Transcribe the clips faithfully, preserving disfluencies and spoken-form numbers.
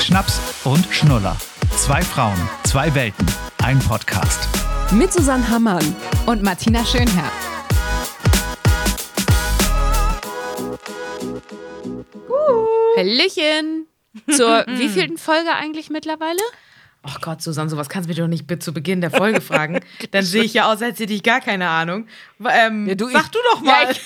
Schnaps und Schnuller. Zwei Frauen, zwei Welten, ein Podcast. Mit Susanne Hammann und Martina Schönherr. Uh. Hallöchen. Zur wievielten Folge eigentlich mittlerweile? Oh Gott, Susanne, sowas kannst du mich doch nicht zu Beginn der Folge fragen. Dann sehe ich ja aus, als hätte ich gar keine Ahnung. Ähm, ja, du, sag ich, du doch mal. Ja, ich,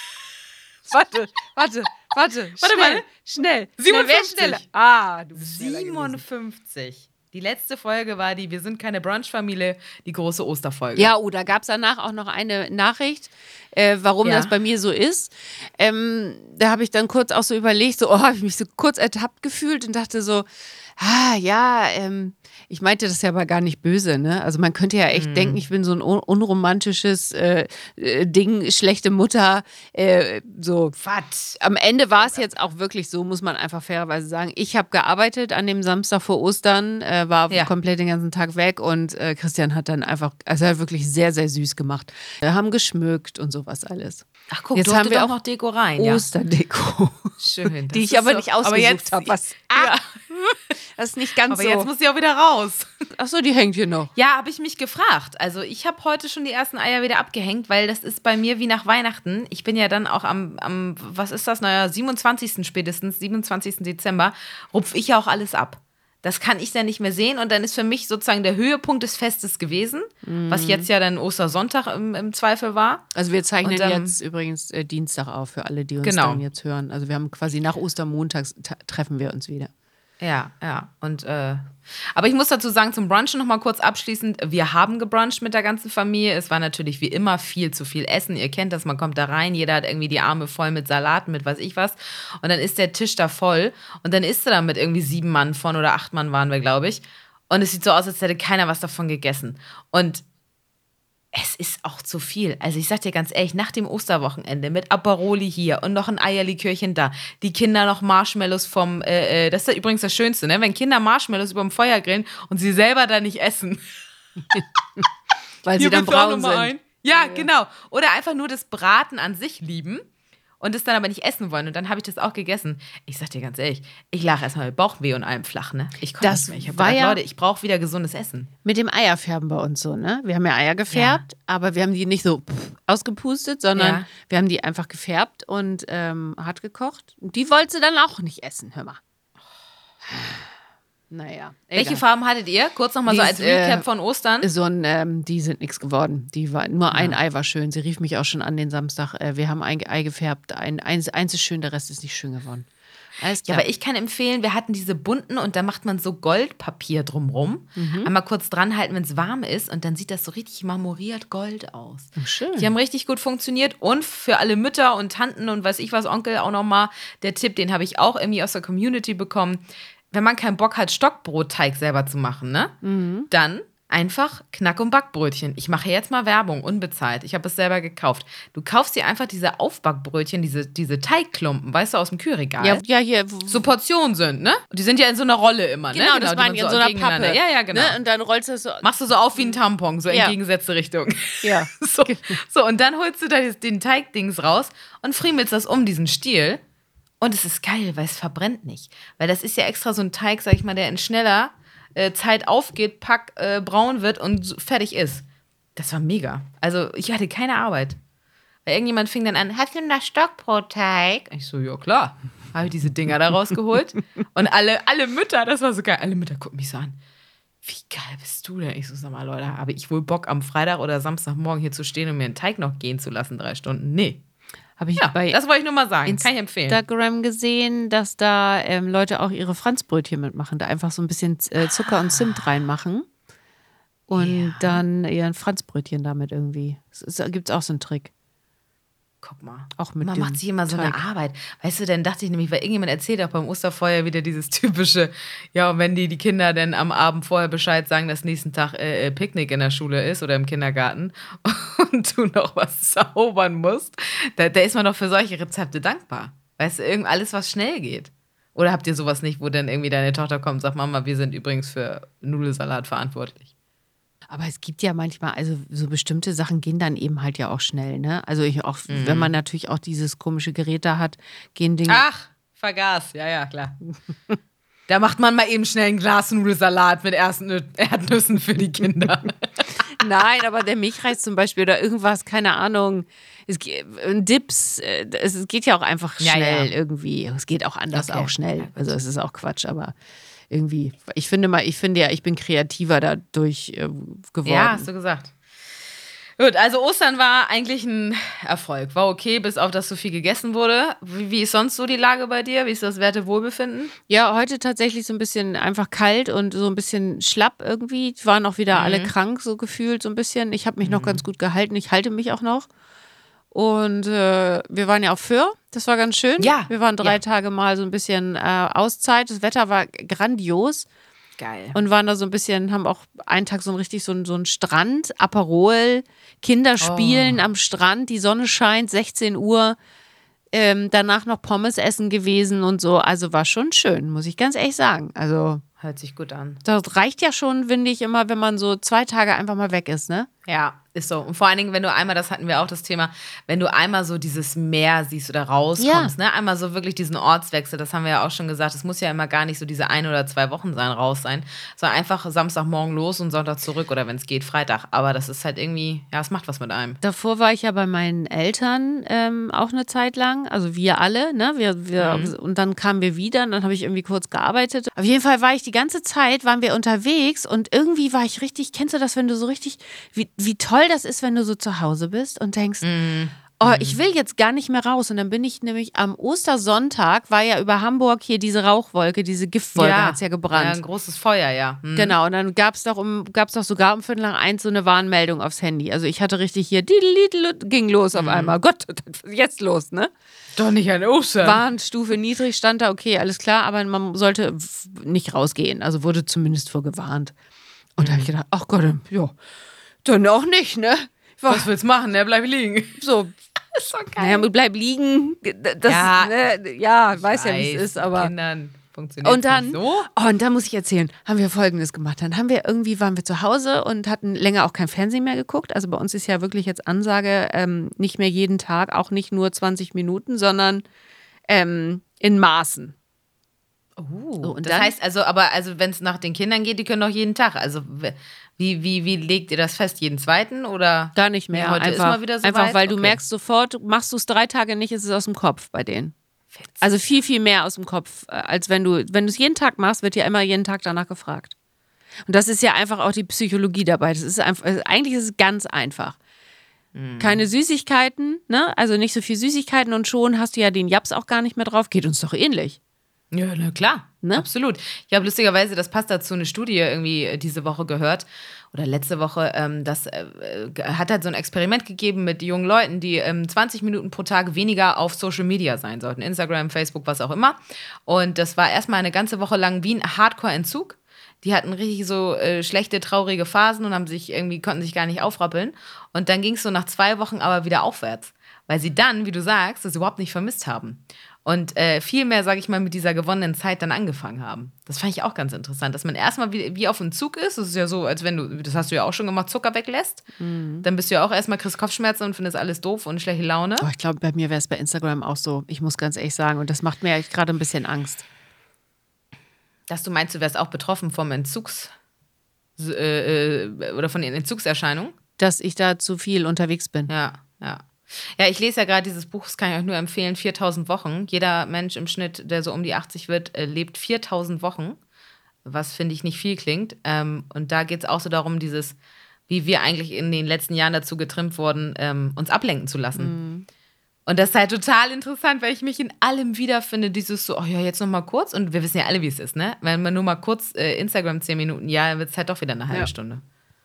warte, warte, warte. Warte schnell, mal. Schnell. siebenundfünfzig. Schnell, ah, du bist siebenundfünfzig. Die letzte Folge war die Wir sind keine Brunch-Familie, die große Osterfolge. Ja, oh, da gab es danach auch noch eine Nachricht, äh, warum ja. das bei mir so ist. Ähm, da habe ich dann kurz auch so überlegt, so, oh, habe ich mich so kurz ertappt gefühlt und dachte so, ah, ja, ähm, ich meinte das ja aber gar nicht böse, ne? Also man könnte ja echt mm. denken, ich bin so ein un- unromantisches äh, äh, Ding, schlechte Mutter, äh, so. Was? Am Ende war es jetzt auch wirklich so, muss man einfach fairerweise sagen. Ich habe gearbeitet an dem Samstag vor Ostern, äh, war ja. komplett den ganzen Tag weg und äh, Christian hat dann einfach, also er hat wirklich sehr, sehr süß gemacht. Wir haben geschmückt und sowas alles. Ach guck, jetzt haben wir auch noch Deko rein. Osterdeko. Ja. Schön. Die ich aber so, nicht ausgesucht habe. Was? Ah, ja. Das ist nicht ganz aber so. Aber jetzt muss sie auch wieder raus. Ach so, die hängt hier noch. Ja, habe ich mich gefragt. Also ich habe heute schon die ersten Eier wieder abgehängt, weil das ist bei mir wie nach Weihnachten. Ich bin ja dann auch am, am was ist das, naja, siebenundzwanzigsten spätestens, siebenundzwanzigsten Dezember, rupfe ich ja auch alles ab. Das kann ich dann nicht mehr sehen und dann ist für mich sozusagen der Höhepunkt des Festes gewesen, mm. was jetzt ja dann Ostersonntag im, im Zweifel war. Also wir zeichnen und, ähm, jetzt übrigens äh, Dienstag auf für alle, die uns genau. dann jetzt hören. Also wir haben quasi nach Ostermontags t- treffen wir uns wieder. Ja, ja. Und äh, aber ich muss dazu sagen, zum Brunchen noch mal kurz abschließend, wir haben gebruncht mit der ganzen Familie. Es war natürlich wie immer viel zu viel Essen. Ihr kennt das, man kommt da rein, jeder hat irgendwie die Arme voll mit Salaten, mit weiß ich was. Und dann ist der Tisch da voll und dann isst du da mit irgendwie sieben Mann von oder acht Mann waren wir, glaube ich. Und es sieht so aus, als hätte keiner was davon gegessen. Und es ist auch zu viel. Also ich sag dir ganz ehrlich, nach dem Osterwochenende mit Aperoli hier und noch ein Eierlikörchen da, die Kinder noch Marshmallows vom, äh, äh, das ist ja übrigens das Schönste, ne? Wenn Kinder Marshmallows über dem Feuer grillen und sie selber da nicht essen. Weil sie dann braun sind. Ein? Ja, ja, genau. Oder einfach nur das Braten an sich lieben und es dann aber nicht essen wollen. Und dann habe ich das auch gegessen. Ich sag dir ganz ehrlich, ich lag erstmal mit Bauchweh und allem flach, ne? Ich konnte nicht mehr. Ich habe gedacht, ja Leute, ich brauche wieder gesundes Essen. Mit dem Eierfärben bei uns so, ne? Wir haben ja Eier gefärbt, ja. aber wir haben die nicht so ausgepustet, sondern ja. wir haben die einfach gefärbt und ähm, hart gekocht. Und die wollte sie dann auch nicht essen, hör mal. Naja. Welche egal. Farben hattet ihr? Kurz nochmal so als Recap äh, von Ostern. So ein, ähm, die sind nichts geworden. Die war, nur ein ja. Ei war schön. Sie rief mich auch schon an den Samstag. Äh, wir haben ein Ei gefärbt. Ein, eins, eins ist schön, der Rest ist nicht schön geworden. Alles klar. Ja, aber ich kann empfehlen, wir hatten diese bunten und da macht man so Goldpapier drumrum. Mhm. Einmal kurz dran halten, wenn es warm ist und dann sieht das so richtig marmoriert Gold aus. Oh, schön. Die haben richtig gut funktioniert und für alle Mütter und Tanten und weiß ich was, Onkel auch nochmal der Tipp, den habe ich auch irgendwie aus der Community bekommen. Wenn man keinen Bock hat, Stockbrotteig selber zu machen, ne? Mhm. Dann einfach Knack- und Backbrötchen. Ich mache jetzt mal Werbung, unbezahlt. Ich habe es selber gekauft. Du kaufst dir einfach diese Aufbackbrötchen, diese, diese Teigklumpen, weißt du, aus dem Kühlregal. Ja, ja, hier. So Portionen sind, ne? Die sind ja in so einer Rolle immer, genau, ne? Genau, das meine ich, in so einer Pappe. Ja, ja, genau. Ne? Und dann rollst du das so. Machst du so auf wie ein Tampon, so in ja. entgegengesetzte Richtung. Ja. so. so, und dann holst du da den Teigdings raus und friemelst das um diesen Stiel. Und es ist geil, weil es verbrennt nicht. Weil das ist ja extra so ein Teig, sag ich mal, der in schneller äh, Zeit aufgeht, pack, äh, braun wird und so fertig ist. Das war mega. Also ich hatte keine Arbeit. Weil irgendjemand fing dann an, hast du noch Stockbrotteig? Ich so, ja klar. Habe ich diese Dinger da rausgeholt. Und alle, alle Mütter, das war so geil, alle Mütter gucken mich so an. Wie geil bist du denn? Ich so, sag mal, Leute, habe ich wohl Bock, am Freitag oder Samstagmorgen hier zu stehen und mir einen Teig noch gehen zu lassen, drei Stunden? Nee. Habe ich ja, bei das wollte ich nur mal sagen. Kann ich empfehlen. Instagram gesehen, dass da ähm, Leute auch ihre Franzbrötchen mitmachen, da einfach so ein bisschen äh, Zucker und Zimt reinmachen und ja. dann ihren Franzbrötchen damit irgendwie. Es gibt auch so einen Trick. Guck mal. Auch mit Man dem macht sich immer so Teig. eine Arbeit. Weißt du, dann dachte ich nämlich, weil irgendjemand erzählt auch beim Osterfeuer wieder dieses typische, ja, und wenn die, die Kinder dann am Abend vorher Bescheid sagen, dass nächsten Tag äh, Picknick in der Schule ist oder im Kindergarten und du noch was zaubern musst, da, da ist man doch für solche Rezepte dankbar. Weißt du, irgend alles, was schnell geht. Oder habt ihr sowas nicht, wo dann irgendwie deine Tochter kommt und sagt, Mama, wir sind übrigens für Nudelsalat verantwortlich? Aber es gibt ja manchmal, also so bestimmte Sachen gehen dann eben halt ja auch schnell, ne? Also ich auch, mhm. wenn man natürlich auch dieses komische Gerät da hat, gehen Dinge. Ach, vergaß, ja, ja, klar. Da macht man mal eben schnell ein Glas Nudelsalat mit ersten Erdnüssen für die Kinder. Nein, aber der Milchreis zum Beispiel oder irgendwas, keine Ahnung. Es geht, Dips, es geht ja auch einfach schnell ja, ja. irgendwie. Es geht auch anders okay. auch schnell. Also es ist auch Quatsch, aber irgendwie. Ich finde mal, ich finde ja, ich bin kreativer dadurch äh, geworden. Ja, hast du gesagt. Gut, also Ostern war eigentlich ein Erfolg. War okay, bis auf, dass so viel gegessen wurde. Wie, wie ist sonst so die Lage bei dir? Wie ist das Wertewohlbefinden? Ja, heute tatsächlich so ein bisschen einfach kalt und so ein bisschen schlapp irgendwie. Die waren auch wieder mhm. alle krank, so gefühlt so ein bisschen. Ich habe mich mhm. noch ganz gut gehalten. Ich halte mich auch noch. Und äh, wir waren ja auf Föhr. Das war ganz schön. Ja. Wir waren drei ja. Tage mal so ein bisschen äh, Auszeit. Das Wetter war grandios. Geil. Und waren da so ein bisschen, haben auch einen Tag so ein richtig so ein, so ein Strand, Aperol, Kinder spielen oh. am Strand, die Sonne scheint, sechzehn Uhr, ähm, danach noch Pommes essen gewesen und so. Also war schon schön, muss ich ganz ehrlich sagen. Also hört sich gut an. Das reicht ja schon, finde ich, immer, wenn man so zwei Tage einfach mal weg ist, ne? Ja, ist so. Und vor allen Dingen, wenn du einmal, das hatten wir auch das Thema, wenn du einmal so dieses Meer siehst oder rauskommst, ja. ne? Einmal so wirklich diesen Ortswechsel, das haben wir ja auch schon gesagt, es muss ja immer gar nicht so diese ein oder zwei Wochen sein, raus sein, sondern einfach Samstagmorgen los und Sonntag zurück oder wenn es geht, Freitag. Aber das ist halt irgendwie, ja, es macht was mit einem. Davor war ich ja bei meinen Eltern ähm, auch eine Zeit lang, also wir alle, ne? Wir, wir, mhm. Und dann kamen wir wieder und dann habe ich irgendwie kurz gearbeitet. Auf jeden Fall war ich die ganze Zeit, waren wir unterwegs und irgendwie war ich richtig, kennst du das, wenn du so richtig, wie, wie toll das ist, wenn du so zu Hause bist und denkst, mm. oh, ich will jetzt gar nicht mehr raus. Und dann bin ich nämlich am Ostersonntag, war ja über Hamburg hier diese Rauchwolke, diese Giftwolke ja. hat es ja gebrannt. Ja, ein großes Feuer, ja. Mhm. Genau, und dann gab es doch, um, gab's doch sogar um Viertel nach eins so eine Warnmeldung aufs Handy. Also ich hatte richtig hier, ging los auf mm. einmal. Gott, jetzt los, ne? Doch nicht an Ostern. Warnstufe niedrig stand da, okay, alles klar, aber man sollte nicht rausgehen. Also wurde zumindest vorgewarnt. Und da habe ich gedacht, ach Gott, ja, dann auch nicht, ne? War, was willst du machen? Ne, bleib liegen. So. Das ist so geil. Naja, bleib liegen. Das, ja, ne, ja weiß ja, wie es ist, aber. Kindern funktioniert und dann, nicht so. Oh, und dann muss ich erzählen, haben wir Folgendes gemacht. Dann haben wir irgendwie, waren wir zu Hause und hatten länger auch kein Fernsehen mehr geguckt. Also bei uns ist ja wirklich jetzt Ansage, ähm, nicht mehr jeden Tag, auch nicht nur zwanzig Minuten, sondern ähm, in Maßen. Oh, so, und das dann, heißt also, aber also wenn es nach den Kindern geht, die können doch jeden Tag. Also wie, wie, wie legt ihr das fest? Jeden zweiten oder? Gar nicht mehr. Ja, heute einfach, ist mal wieder so einfach weit? weil du okay. merkst sofort, machst du es drei Tage nicht, ist es aus dem Kopf bei denen. Witzig. Also viel, viel mehr aus dem Kopf, als wenn du, wenn du es jeden Tag machst, wird ja immer jeden Tag danach gefragt. Und das ist ja einfach auch die Psychologie dabei. Das ist einfach, also eigentlich ist es ganz einfach. Mhm. Keine Süßigkeiten, ne? Also nicht so viel Süßigkeiten und schon hast du ja den Japs auch gar nicht mehr drauf. Geht uns doch ähnlich. Ja, na klar, ne? Absolut. Ich habe lustigerweise, das passt dazu, eine Studie irgendwie diese Woche gehört oder letzte Woche, ähm, das äh, hat halt so ein Experiment gegeben mit jungen Leuten, die ähm, zwanzig Minuten pro Tag weniger auf Social Media sein sollten, Instagram, Facebook, was auch immer. Und das war erstmal eine ganze Woche lang wie ein Hardcore-Entzug. Die hatten richtig so äh, schlechte, traurige Phasen und haben sich irgendwie, konnten sich gar nicht aufrappeln. Und dann ging es so nach zwei Wochen aber wieder aufwärts, weil sie dann, wie du sagst, das überhaupt nicht vermisst haben. Und äh, viel mehr, sage ich mal, mit dieser gewonnenen Zeit dann angefangen haben. Das fand ich auch ganz interessant, dass man erstmal wie, wie auf einem Zug ist. Das ist ja so, als wenn du, das hast du ja auch schon gemacht, Zucker weglässt. Mhm. Dann bist du ja auch erstmal, kriegst Kopfschmerzen und findest alles doof und schlechte Laune. Oh, ich glaube, bei mir wäre es bei Instagram auch so. Ich muss ganz ehrlich sagen. Und das macht mir gerade ein bisschen Angst. Dass du meinst, du wärst auch betroffen vom Entzugs... Äh, äh, oder von den Entzugserscheinungen? Dass ich da zu viel unterwegs bin. Ja, ja. Ja, ich lese ja gerade dieses Buch, das kann ich euch nur empfehlen, viertausend Wochen. Jeder Mensch im Schnitt, der so um die achtzig wird, lebt viertausend Wochen, was, finde ich, nicht viel klingt. Ähm, und da geht es auch so darum, dieses, wie wir eigentlich in den letzten Jahren dazu getrimmt wurden, ähm, uns ablenken zu lassen. Mhm. Und das ist halt total interessant, weil ich mich in allem wiederfinde, dieses so, oh ja, jetzt noch mal kurz. Und wir wissen ja alle, wie es ist, ne? Wenn man nur mal kurz äh, Instagram zehn Minuten, ja, dann wird es halt doch wieder eine halbe ja. Stunde.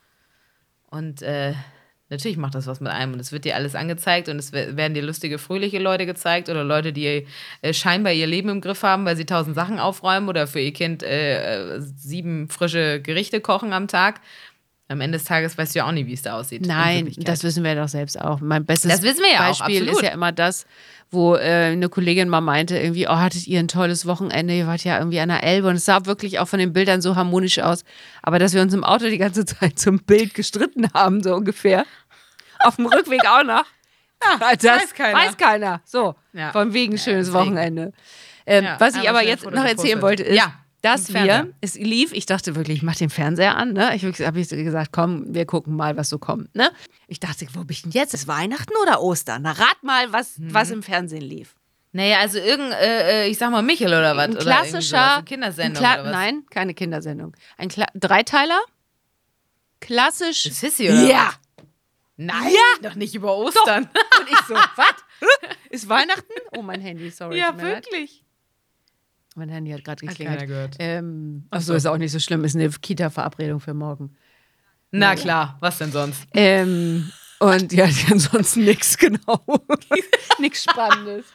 Und äh, natürlich macht das was mit einem und es wird dir alles angezeigt und es werden dir lustige, fröhliche Leute gezeigt oder Leute, die äh, scheinbar ihr Leben im Griff haben, weil sie tausend Sachen aufräumen oder für ihr Kind äh, sieben frische Gerichte kochen am Tag. Am Ende des Tages weißt du ja auch nie, wie es da aussieht. Nein, das wissen wir doch selbst auch. Mein bestes das wissen wir ja Beispiel auch, absolut. Ist ja immer das, wo äh, eine Kollegin mal meinte, irgendwie, oh, hattet ihr ein tolles Wochenende, ihr wart ja irgendwie an der Elbe und es sah wirklich auch von den Bildern so harmonisch aus. Aber dass wir uns im Auto die ganze Zeit zum Bild gestritten haben, so ungefähr. Auf dem Rückweg auch noch. Ja, das weiß keiner. Weiß keiner. So, ja. Von wegen schönes ja, Wochenende. Ähm, ja, was ich aber jetzt noch erzählen wollte ist, ja. dass wir, es lief, ich dachte wirklich, ich mach den Fernseher an, ne? Ich habe gesagt, komm, wir gucken mal, was so kommt, ne? Ich dachte, wo bin ich denn jetzt? Ist Weihnachten oder Ostern? Na, rat mal, was, hm. was im Fernsehen lief. Naja, also irgendein, äh, ich sag mal Michel oder was? Ein klassischer, oder eine Kindersendung ein Kla- oder was? Nein, keine Kindersendung. Ein Kla- Dreiteiler, klassisch. Sissy oder ja. was? Nein, ja. Doch nicht über Ostern. Doch. Und ich so, was? Ist Weihnachten? Oh, mein Handy, sorry. Ja, wirklich. Mein Handy hat gerade Hat geklingelt. keiner gehört. Ähm, Achso, ist auch nicht so schlimm. Ist eine Kita-Verabredung für morgen. Na klar, was denn sonst? Ähm, und ja, ansonsten nichts, genau. Nichts Spannendes.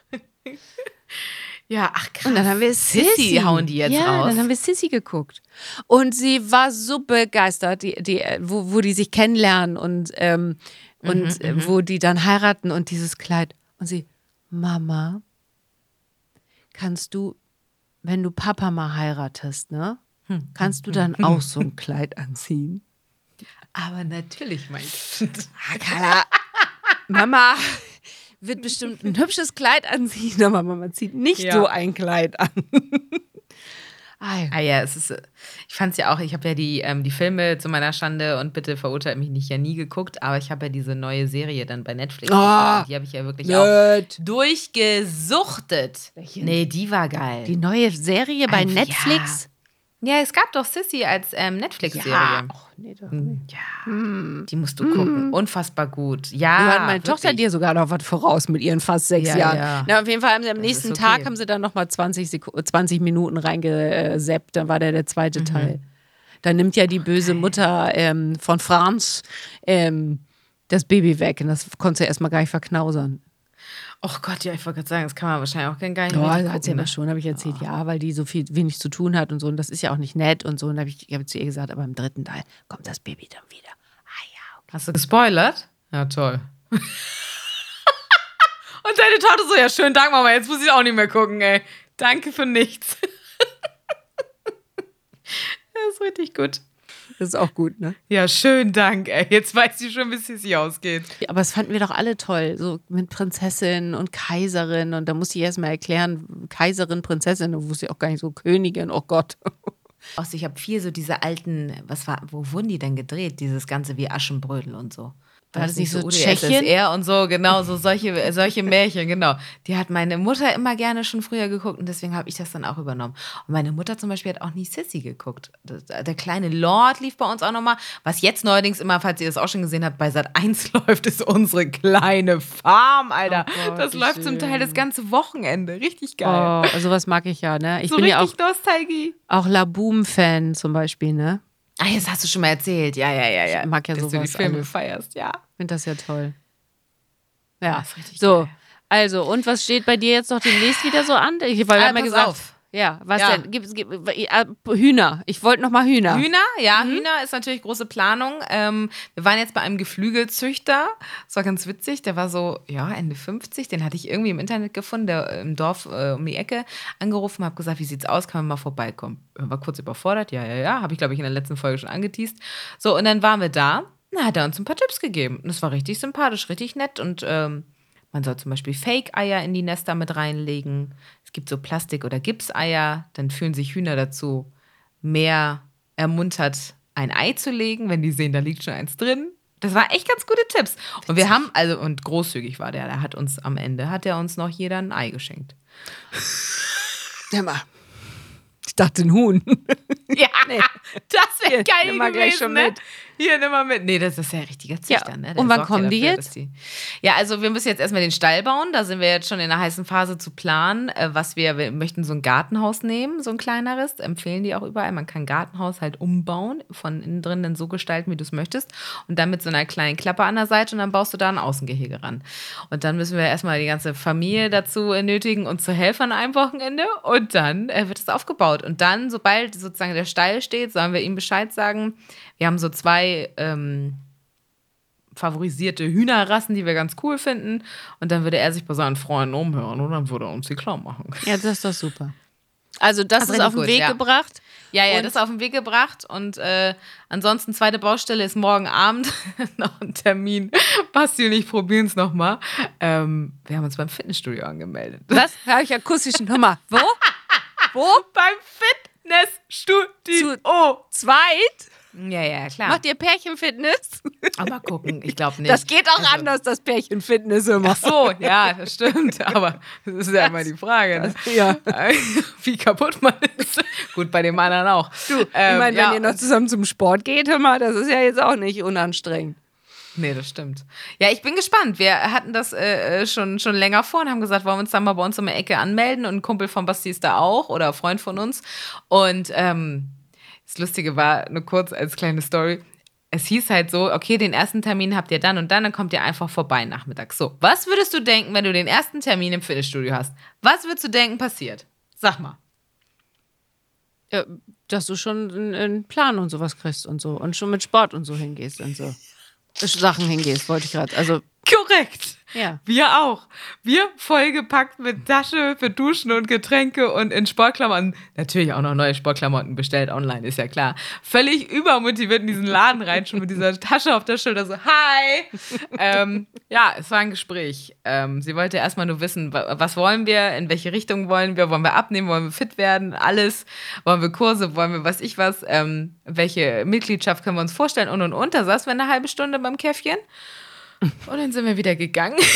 Ja, ach krass. Und dann haben wir Sissy. Sissy hauen die jetzt ja, raus. dann haben wir Sissy geguckt. Und sie war so begeistert, die, die, wo, wo die sich kennenlernen und, ähm, und Mhm, äh, wo die dann heiraten und dieses Kleid. Und sie, Mama, kannst du, wenn du Papa mal heiratest, ne, kannst du dann auch so ein Kleid anziehen? Aber natürlich, mein Kind. Carla, Mama wird bestimmt ein hübsches Kleid anziehen, aber Mama zieht nicht Ja. so ein Kleid an. ah, ja. Ah ja, es ist, ich fand es ja auch, ich habe ja die, ähm, die Filme zu meiner Schande und bitte verurteilt mich nicht ja nie geguckt, aber ich habe ja diese neue Serie dann bei Netflix Oh, geguckt. Die habe ich ja wirklich nett. auch durchgesuchtet. Welche? Nee, die war geil. Die neue Serie bei Ein- Netflix? Ja, es gab doch Sissy als ähm, Netflix-Serie. Ja. Och, nee, doch Hm, nicht. Ja, die musst du gucken. Unfassbar gut. Ja, Da hat meine wirklich. Tochter dir sogar noch was voraus mit ihren fast sechs Ja, Jahren. ja. Na, auf jeden Fall haben sie am Das nächsten ist okay. Tag haben sie dann nochmal zwanzig, Sek- zwanzig Minuten reingeseppt. Dann war der der zweite Teil. Dann nimmt ja die böse Mutter ähm, von Franz ähm, das Baby weg. Und das konntest du erstmal gar nicht verknausern. Oh Gott, ja, ich wollte gerade sagen, das kann man wahrscheinlich auch gar nicht Ja, richtig da hat sie gucken, aber ne? schon, habe ich erzählt, ja, weil die so viel wenig zu tun hat und so. Und das ist ja auch nicht nett und so. Und da habe ich, ich hab zu ihr gesagt, aber im dritten Teil kommt das Baby dann wieder. Ah ja, okay. Hast du gespoilert? Ja, toll. Und deine Tochter so, ja, schönen Dank, Mama, jetzt muss ich auch nicht mehr gucken, ey. Danke für nichts. Das ist richtig gut. Das ist auch gut, ne? Ja, schönen Dank, ey. Jetzt weiß sie schon, wie es Sissy ausgeht. Aber das fanden wir doch alle toll, so mit Prinzessin und Kaiserin. Und da musste ich erst mal erklären, Kaiserin, Prinzessin, da wusste ich auch gar nicht so Königin, oh Gott. Also ich habe viel so diese alten, was war, wo wurden die denn gedreht? Dieses Ganze wie Aschenbrödel und so. War das nicht so U D Tschechien? S S R und so, genau, so solche, solche Märchen, genau. Die hat meine Mutter immer gerne schon früher geguckt und deswegen habe ich das dann auch übernommen. Und meine Mutter zum Beispiel hat auch nie Sissy geguckt. Das, der kleine Lord lief bei uns auch nochmal. Was jetzt neuerdings immer, falls ihr das auch schon gesehen habt, bei Sat eins läuft, ist unsere kleine Farm, Alter. Oh Gott, das wie läuft schön. zum Teil das ganze Wochenende. Richtig Oh, geil. also was mag ich ja, ne? Ich so bin ja auch, richtig Nostalgie. auch Laboom-Fan zum Beispiel, ne? Ah, das hast du schon mal erzählt. Ja, ja, ja, ja. Ich mag ja Dass sowas du die Filme alles. feierst, ja. Ich finde das ja toll. Ja, Das ist richtig so. geil. Also, und was steht bei dir jetzt noch demnächst wieder so an? Ich, weil wir Ah, haben ja pass gesagt, auf. ja, was Ja. denn? Gibt, gibt, äh, Hühner. Ich wollte noch mal Hühner. Hühner, ja, Hühner ist natürlich große Planung. Ähm, wir waren jetzt bei einem Geflügelzüchter. Das war ganz witzig. Der war so, ja, Ende fünfzig. Den hatte ich irgendwie im Internet gefunden, der äh, im Dorf äh, um die Ecke angerufen, habe gesagt, wie sieht's aus? Kann man mal vorbeikommen? Er war kurz überfordert. Ja, ja, ja. Habe ich, glaube ich, in der letzten Folge schon angeteased. So, und dann waren wir da. Na, hat er uns ein paar Tipps gegeben. Und es war richtig sympathisch, richtig nett. Und ähm, man soll zum Beispiel Fake-Eier in die Nester mit reinlegen. Es gibt so Plastik- oder Gipseier. Dann fühlen sich Hühner dazu mehr ermuntert, ein Ei zu legen, wenn die sehen, da liegt schon eins drin. Das waren echt ganz gute Tipps. Und wir haben, also, und großzügig war der, der hat uns am Ende, hat er uns noch jeder ein Ei geschenkt. Ja, mal. Ich dachte ein Huhn. Ja, nee. Das wäre Hier, geil nimm mal gewesen, gleich schon ne? mit. Hier, nimm mal mit. Nee, das ist ja ein richtiger Züchter, Ja, ne? und wann sorgt kommen die dafür, jetzt? dass Die ja, also wir müssen jetzt erstmal den Stall bauen. Da sind wir jetzt schon in der heißen Phase zu planen, äh, was wir, wir möchten so ein Gartenhaus nehmen, so ein kleineres. Empfehlen die auch überall. Man kann ein Gartenhaus halt umbauen, von innen drin dann so gestalten, wie du es möchtest. Und dann mit so einer kleinen Klappe an der Seite und dann baust du da ein Außengehege ran. Und dann müssen wir erstmal die ganze Familie dazu nötigen, uns zu helfen an einem Wochenende. Und dann äh, wird es aufgebaut. Und dann, sobald sozusagen der Stall steht, sollen wir ihm Bescheid sagen. Wir haben so zwei ähm, favorisierte Hühnerrassen, die wir ganz cool finden. Und dann würde er sich bei seinen Freunden umhören und dann würde er uns die klar machen. Ja, das ist doch super. Also das, Das ist ist auf den richtig Weg gut, ja. gebracht. Ja, ja, Und- das ist auf den Weg gebracht. Und äh, ansonsten, zweite Baustelle ist morgen Abend noch ein Termin. Basti und ich probieren es nochmal. Ähm, wir haben uns beim Fitnessstudio angemeldet. Was? Habe ich akustisch nochmal. Wo? Wo? Beim Fitnessstudio. Oh, zweit? Ja, ja, klar. Macht ihr Pärchenfitness? Aber gucken, ich glaube nicht. Das geht auch also, anders, das Pärchenfitness immer. Ach so, ja, das stimmt. Aber das ist ja immer die Frage. Ne? Das, ja. Wie kaputt man ist. Gut, bei dem anderen auch. Du, ich meine, ja. wenn ihr noch zusammen zum Sport geht, hör mal, das ist ja jetzt auch nicht unanstrengend. Nee, das stimmt. Ja, ich bin gespannt. Wir hatten das äh, schon, schon länger vor und haben gesagt, wollen wir uns dann mal bei uns um die Ecke anmelden. Und ein Kumpel von Basti ist da auch oder ein Freund von uns. Und ähm, das Lustige war, nur kurz als kleine Story, es hieß halt so, okay, den ersten Termin habt ihr dann und dann, dann kommt ihr einfach vorbei nachmittags. So, was würdest du denken, wenn du den ersten Termin im Fitnessstudio hast? Was würdest du denken passiert? Sag mal. Ja, dass du schon einen, einen Plan und sowas kriegst und so und schon mit Sport und so hingehst und so. Sachen hingehst, wollte ich gerade. Also korrekt. Ja. Wir auch. Wir vollgepackt mit Tasche für Duschen und Getränke und in Sportklamotten. Natürlich auch noch neue Sportklamotten bestellt online, ist ja klar. Völlig übermotiviert in diesen Laden rein, schon mit dieser Tasche auf der Schulter so, hi! ähm, ja, es war ein Gespräch. Ähm, sie wollte erstmal nur wissen, was wollen wir, in welche Richtung wollen wir, wollen wir abnehmen, wollen wir fit werden, alles. Wollen wir Kurse, wollen wir was ich was, ähm, welche Mitgliedschaft können wir uns vorstellen und und und. Da saßen wir eine halbe Stunde beim Käffchen. Und dann sind wir wieder gegangen mit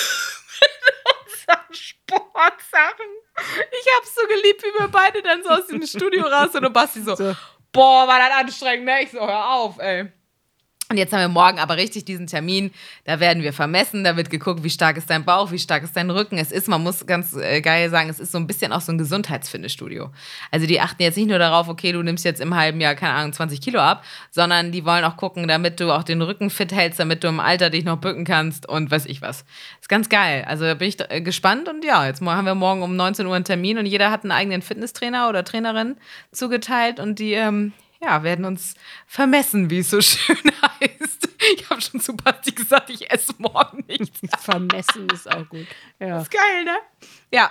unseren Sportsachen. Ich hab's so geliebt, wie wir beide dann so aus dem Studio raus sind und Basti so, so, boah, war das anstrengend, ne? Ich so, hör auf, ey. Und jetzt haben wir morgen aber richtig diesen Termin, da werden wir vermessen, da wird geguckt, wie stark ist dein Bauch, wie stark ist dein Rücken. Es ist, man muss ganz äh, geil sagen, es ist so ein bisschen auch so ein Gesundheitsfitnessstudio. Also die achten jetzt nicht nur darauf, okay, du nimmst jetzt im halben Jahr, keine Ahnung, zwanzig Kilo ab, sondern die wollen auch gucken, damit du auch den Rücken fit hältst, damit du im Alter dich noch bücken kannst und weiß ich was. Ist ganz geil. Also da bin ich äh, gespannt und ja, jetzt haben wir morgen um neunzehn Uhr einen Termin und jeder hat einen eigenen Fitnesstrainer oder Trainerin zugeteilt und die, ähm, ja, werden uns vermessen, wie es so schön heißt. Ich habe schon zu Basti gesagt, ich esse morgen nichts. Vermessen ist auch gut. Ja. Das ist geil, ne? Ja.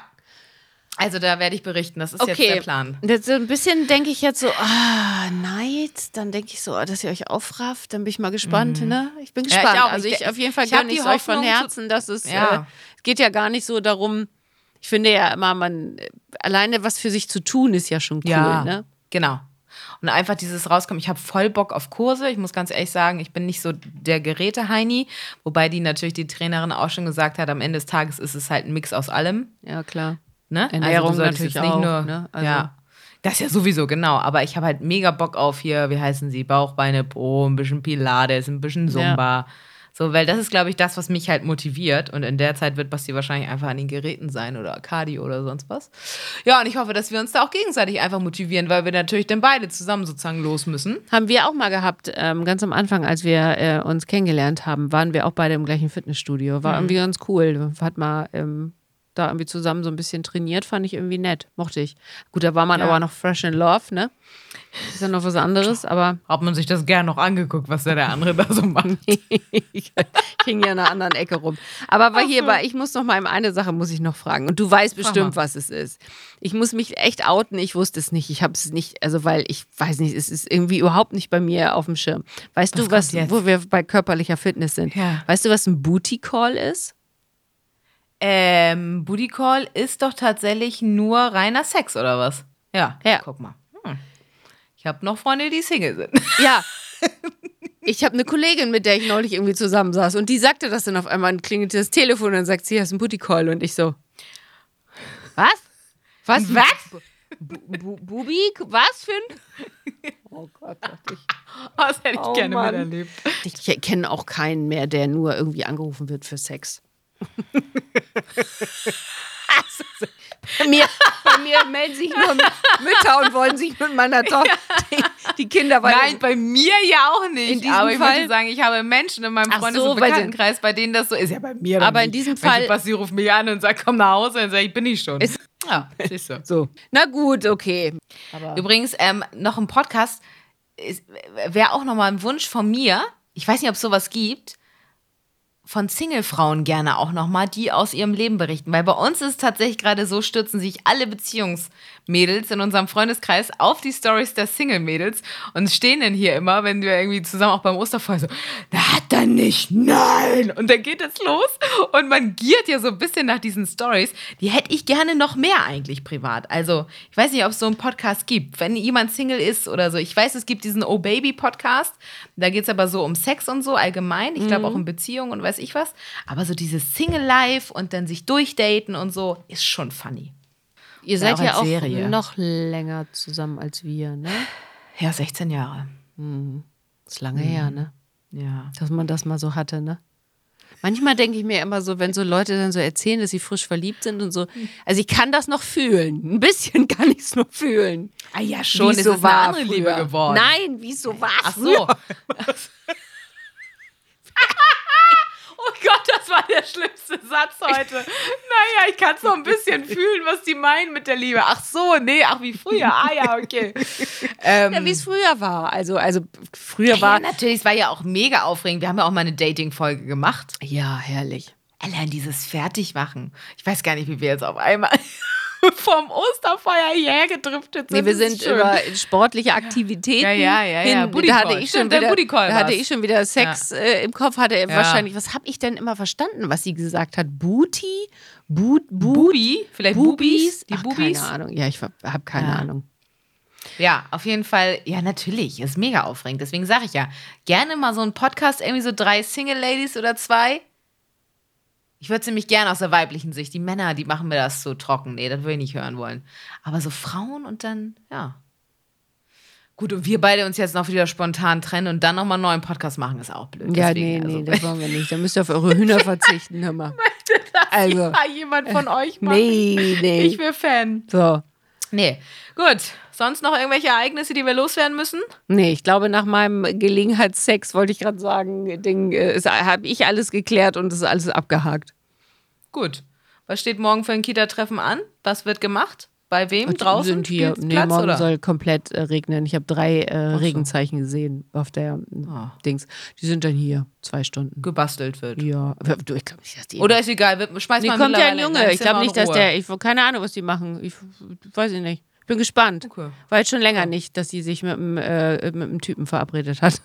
Also da werde ich berichten, das ist okay. Jetzt der Plan. Das, so ein bisschen denke ich jetzt so, ah, Neid, dann denke ich so, oh, dass ihr euch aufrafft, dann bin ich mal gespannt, mhm. ne? Ich bin gespannt. Ja, ich auch. Also ich, ich auf jeden Fall gönne ich es euch von Herzen, dass es, ja. äh, es geht ja gar nicht so darum, ich finde ja immer, man, alleine was für sich zu tun, ist ja schon cool, ja, ne? Genau. Und einfach dieses Rauskommen, ich habe voll Bock auf Kurse. Ich muss ganz ehrlich sagen, ich bin nicht so der Geräte-Heini, wobei die natürlich die Trainerin auch schon gesagt hat, am Ende des Tages ist es halt ein Mix aus allem. Ja, klar. Ne? Ernährung also natürlich nicht auch. Nur, ne? Also ja, das ist ja sowieso, genau. Aber ich habe halt mega Bock auf hier, wie heißen sie, Bauch, Beine, Po, ein bisschen Pilates, ein bisschen Zumba. Ja. So, weil das ist, glaube ich, das, was mich halt motiviert. Und in der Zeit wird Basti wahrscheinlich einfach an den Geräten sein oder Cardio oder sonst was. Ja, und ich hoffe, dass wir uns da auch gegenseitig einfach motivieren, weil wir natürlich dann beide zusammen sozusagen los müssen. Haben wir auch mal gehabt, ähm, ganz am Anfang, als wir äh, uns kennengelernt haben, waren wir auch beide im gleichen Fitnessstudio. War mhm. irgendwie ganz cool. Hat mal ähm, da irgendwie zusammen so ein bisschen trainiert, fand ich irgendwie nett. Mochte ich. Gut, da war man ja. aber noch fresh in love, ne? Das ist ja noch was anderes, aber... Hat man sich das gern noch angeguckt, was der, der andere da so macht? Ich hing ja in einer anderen Ecke rum. Aber weil hier war, ich muss noch mal, eine Sache muss ich noch fragen. Und du weißt bestimmt, was es ist. Ich muss mich echt outen, ich wusste es nicht. Ich habe es nicht, also weil ich weiß nicht, es ist irgendwie überhaupt nicht bei mir auf dem Schirm. Weißt was du, was, jetzt? Wo wir bei körperlicher Fitness sind? Ja. Weißt du, was ein Booty Call ist? Ähm, Booty Call ist doch tatsächlich nur reiner Sex, oder was? Ja, ja. Guck mal. Hm. Ich habe noch Freunde, die Single sind. Ja. Ich habe eine Kollegin, mit der ich neulich irgendwie zusammensaß und die sagte das dann auf einmal und klingelte das Telefon und dann sagt sie, hier ist ein Booty Call und ich so, was? Was? Was? Bubi? Was für ein... Oh Gott, dachte ich. Oh, das hätte ich oh, gerne Mann. miterlebt. Ich kenne auch keinen mehr, der nur irgendwie angerufen wird für Sex. Also, bei, mir, bei mir melden sich nur Mütter und wollen sich mit meiner Tochter die, die Kinder weiter. Nein, bei mir ja auch nicht. In diesem aber ich Fall, möchte sagen, ich habe Menschen in meinem Freundes- so, und Bekanntenkreis, bei denen das so ist. Ja, bei mir aber nicht. in diesem Fall. Basti ruft mich an und sagt, komm nach Hause und sage ich, bin ich schon. Ist, ja, siehst du. So. Na gut, okay. Aber übrigens, ähm, noch ein Podcast wäre auch nochmal ein Wunsch von mir. Ich weiß nicht, ob es sowas gibt. von Single-Frauen gerne auch nochmal, die aus ihrem Leben berichten. Weil bei uns ist es tatsächlich gerade so, stürzen sich alle Beziehungsmädels in unserem Freundeskreis auf die Storys der Single-Mädels und stehen dann hier immer, wenn wir irgendwie zusammen auch beim Osterfeuer so, da hat er nicht, nein! Und dann geht es los und man giert ja so ein bisschen nach diesen Storys. Die hätte ich gerne noch mehr eigentlich privat. Also ich weiß nicht, ob es so einen Podcast gibt. Wenn jemand Single ist oder so. Ich weiß, es gibt diesen Oh Baby Podcast. Da geht es aber so um Sex und so allgemein. Ich glaube auch um Beziehungen und weiß ich was. Aber so dieses Single-Life und dann sich durchdaten und so ist schon funny. Ihr seid ja auch Serie. noch länger zusammen als wir, ne? Ja, sechzehn Jahre. Mhm. Ist lange mhm. her, ne? Ja. Dass man das mal so hatte, ne? Manchmal denke ich mir immer so, wenn so Leute dann so erzählen, dass sie frisch verliebt sind und so. Also ich kann das noch fühlen. Ein bisschen kann ich es noch fühlen. Ah ja, schon. Wie ist so es war eine andere früher. Liebe geworden. Nein, wie es so war Ach früher. so. Oh Gott, das war der schlimmste Satz heute. Naja, ich kann so ein bisschen fühlen, was die meinen mit der Liebe. Ach so, nee, ach wie früher. Ah ja, okay. Ähm, Ja, wie es früher war. Also, also früher war... Ja, natürlich, es war ja auch mega aufregend. Wir haben ja auch mal eine Dating-Folge gemacht. Ja, herrlich. Allein dieses Fertigmachen. Ich weiß gar nicht, wie wir jetzt auf einmal vom Osterfeuer hierher gedriftet sind. Nee, wir sind schön. über sportliche Aktivitäten Ja, ja, ja, ja. hin. Booty Da hatte Call. ich schon Stimmt, der wieder, Booty Call da hatte war's. ich schon wieder Sex Ja. äh, im Kopf. Hatte er Ja. wahrscheinlich, was habe ich denn immer verstanden, was sie gesagt hat? Booty? Boot, Boot, Bubi? Vielleicht Bubis? Die Ach, Bubis? keine Ahnung. Ja, ich habe keine Ja. Ahnung. Ja, auf jeden Fall. Ja, natürlich. Ist mega aufregend. Deswegen sage ich ja, gerne mal so einen Podcast, irgendwie so drei Single-Ladies oder zwei. Ich würde es nämlich gerne aus der weiblichen Sicht. Die Männer, die machen mir das so trocken. Nee, das würde ich nicht hören wollen. Aber so Frauen und dann, ja. Gut, und wir beide uns jetzt noch wieder spontan trennen und dann nochmal einen neuen Podcast machen, ist auch blöd. Ja, Deswegen, nee, nee, also, das wollen wir nicht. Da müsst ihr auf eure Hühner verzichten, hör mal. Also, ja, jemand von euch machen. nee, nee. Ich wäre Fan. So. Nee, gut. Sonst noch irgendwelche Ereignisse, die wir loswerden müssen? Nee, ich glaube, nach meinem Gelegenheitssex, wollte ich gerade sagen, Ding, äh, habe ich alles geklärt und es ist alles abgehakt. Gut. Was steht morgen für ein Kita-Treffen an? Was wird gemacht? Bei wem? Und Draußen? sind hier. Nee, Spielplatz, morgen oder? soll komplett äh, regnen. Ich habe drei äh, so. Regenzeichen gesehen auf der äh, Ah. Dings. Die sind dann hier, zwei Stunden. gebastelt wird. Ja, du, ich glaube nicht, dass die. Oder ist egal, wir- schmeiß nee, mal kommt ja ein mittlerweile in Junge. dein Ich glaube Zimmer nicht, in dass Ruhe. der. Ich keine Ahnung, was die machen. Ich weiß ich nicht. Ich bin gespannt. Okay. War jetzt schon länger nicht, dass sie sich mit einem äh, mit einem Typen verabredet hat.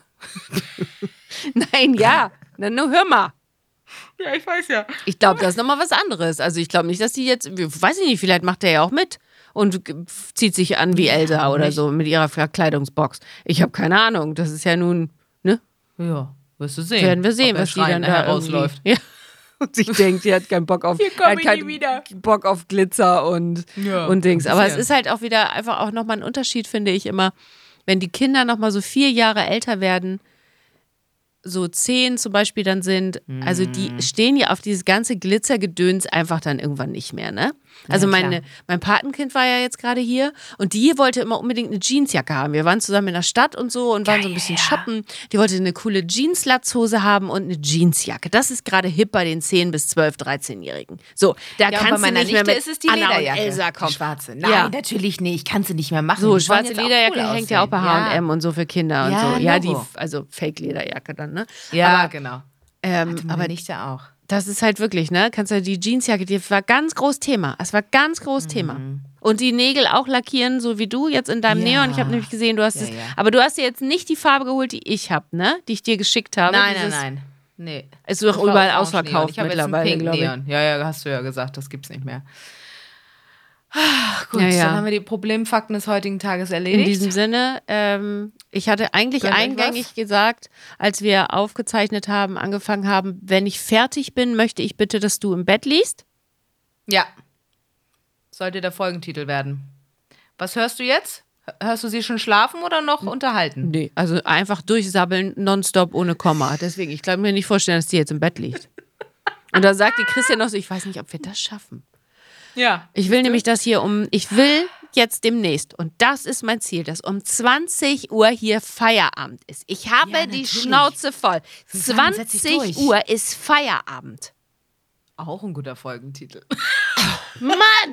Nein, ja. Na, nur hör mal. Ja, ich weiß ja. Ich glaube, das ist nochmal was anderes. Also ich glaube nicht, dass die jetzt, weiß ich nicht, vielleicht macht der ja auch mit und g- zieht sich an wie Elsa oder nicht. so mit ihrer Verkleidungsbox. Ich habe keine Ahnung. Das ist ja nun, ne? Ja, wirst du sehen. Werden wir sehen, ob er was die dann schreiend da nachher irgendwie- rausläuft. Ja. Und sich denkt, sie hat keinen Bock auf, Hier komm hat ich keinen nie wieder. Bock auf Glitzer und, Ja, und Dings. kann Aber es passieren. ist halt auch wieder einfach auch nochmal ein Unterschied, finde ich immer, wenn die Kinder nochmal so vier Jahre älter werden, so zehn zum Beispiel dann sind, also die Mhm. stehen ja auf dieses ganze Glitzergedöns einfach dann irgendwann nicht mehr, ne? Also Ja, klar. meine, mein Patenkind war ja jetzt gerade hier und die wollte immer unbedingt eine Jeansjacke haben. Wir waren zusammen in der Stadt und so und waren so ein bisschen Geil. shoppen. Die wollte eine coole Jeans-Latzhose haben und eine Jeansjacke. Das ist gerade hip bei den zehn- bis zwölf-, dreizehnjährigen. So, da Ja, und bei kannst du meiner nicht mehr Nichte mit ist es die Anna Lederjacke. und Elsa Die kommen. schwarze. Nein, Ja. natürlich nicht. Ich kann sie nicht mehr machen. So, Die wollen schwarze jetzt auch Lederjacke cool hängt ja auch bei H und aussehen. M und so für Kinder und Ja, so. Ja, die, Logo. also Fake-Lederjacke dann, ne? Ja, Aber, genau. ähm, Hatte meine aber Nichte auch. das ist halt wirklich, ne? Kannst du die Jeansjacke, die war ganz groß Thema. Es war ganz groß Mhm. Thema. Und die Nägel auch lackieren, so wie du jetzt in deinem Ja. Neon. Ich habe nämlich gesehen, du hast Ja, es. ja. Aber du hast dir jetzt nicht die Farbe geholt, die ich habe, ne? Die ich dir geschickt habe. Nein, Dieses, nein, nein. Nee. Ist doch Das war überall Orange ausverkauft Neon. Ich habe jetzt mittlerweile, einen Pink glaube ich. Neon. Ja, ja, hast du ja gesagt, das gibt's nicht mehr. Ach, gut, Ja, ja. dann haben wir die Problemfakten des heutigen Tages In erledigt. diesem Sinne, ähm, ich hatte eigentlich Gönnt euch eingängig was? gesagt, als wir aufgezeichnet haben, angefangen haben, wenn ich fertig bin, möchte ich bitte, dass du im Bett liegst. Ja. Sollte der Folgentitel werden. Was hörst du jetzt? Hörst du sie schon schlafen oder noch unterhalten? Nee, also einfach durchsabbeln, nonstop, ohne Komma. Deswegen, ich kann mir nicht vorstellen, dass die jetzt im Bett liegt. Und da sagt die Christian noch so, ich weiß nicht, ob wir das schaffen. Ja. Ich will nämlich, dass hier um, ich will jetzt demnächst, und das ist mein Ziel, dass um zwanzig Uhr hier Feierabend ist. Ich habe Ja, die natürlich. Schnauze voll. Susanne, setz dich zwanzig durch. Uhr ist Feierabend. Auch ein guter Folgentitel. Mann!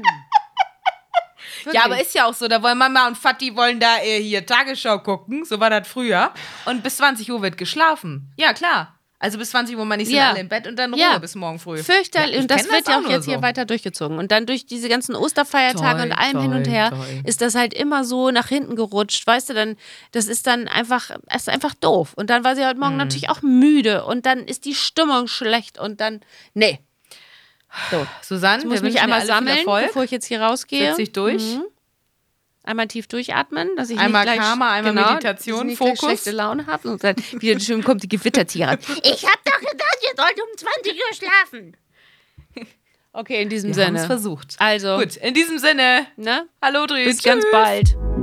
Ja, aber ist ja auch so, da wollen Mama und Vati wollen da äh, hier Tagesschau gucken, so war das früher. Und bis zwanzig Uhr wird geschlafen. Ja, klar. Also bis zwanzig Uhr, man nicht sind Ja. alle im Bett und dann Ruhe Ja. bis morgen früh. Fürchterlich. Ja, ich und das kenn wird das ja auch auch nur jetzt so. hier weiter durchgezogen. Und dann durch diese ganzen Osterfeiertage Toll, und allem hin und toll, her toll. ist das halt immer so nach hinten gerutscht. Weißt du, dann, das ist dann einfach, es ist einfach doof. Und dann war sie heute Mhm. Morgen natürlich auch müde und dann ist die Stimmung schlecht und dann, nee. So, Susanne, ich muss wir mich wünschen einmal dir alle sammeln, viel Erfolg. bevor ich jetzt hier rausgehe. Setz dich durch. Mhm. Einmal tief durchatmen, dass ich Einmal nicht gleich, Karma, einmal genau, Meditation, dass ich nicht gleich Fokus. schlechte Laune habe und dann wieder schön kommt die Gewittertiere. Ich hab doch gedacht, ihr sollt um zwanzig Uhr schlafen. Okay, in diesem Wir haben Sinne. es versucht. Also, Gut, in diesem Sinne. ne? Hallo, Dries. Bis ganz Tschüss. bald.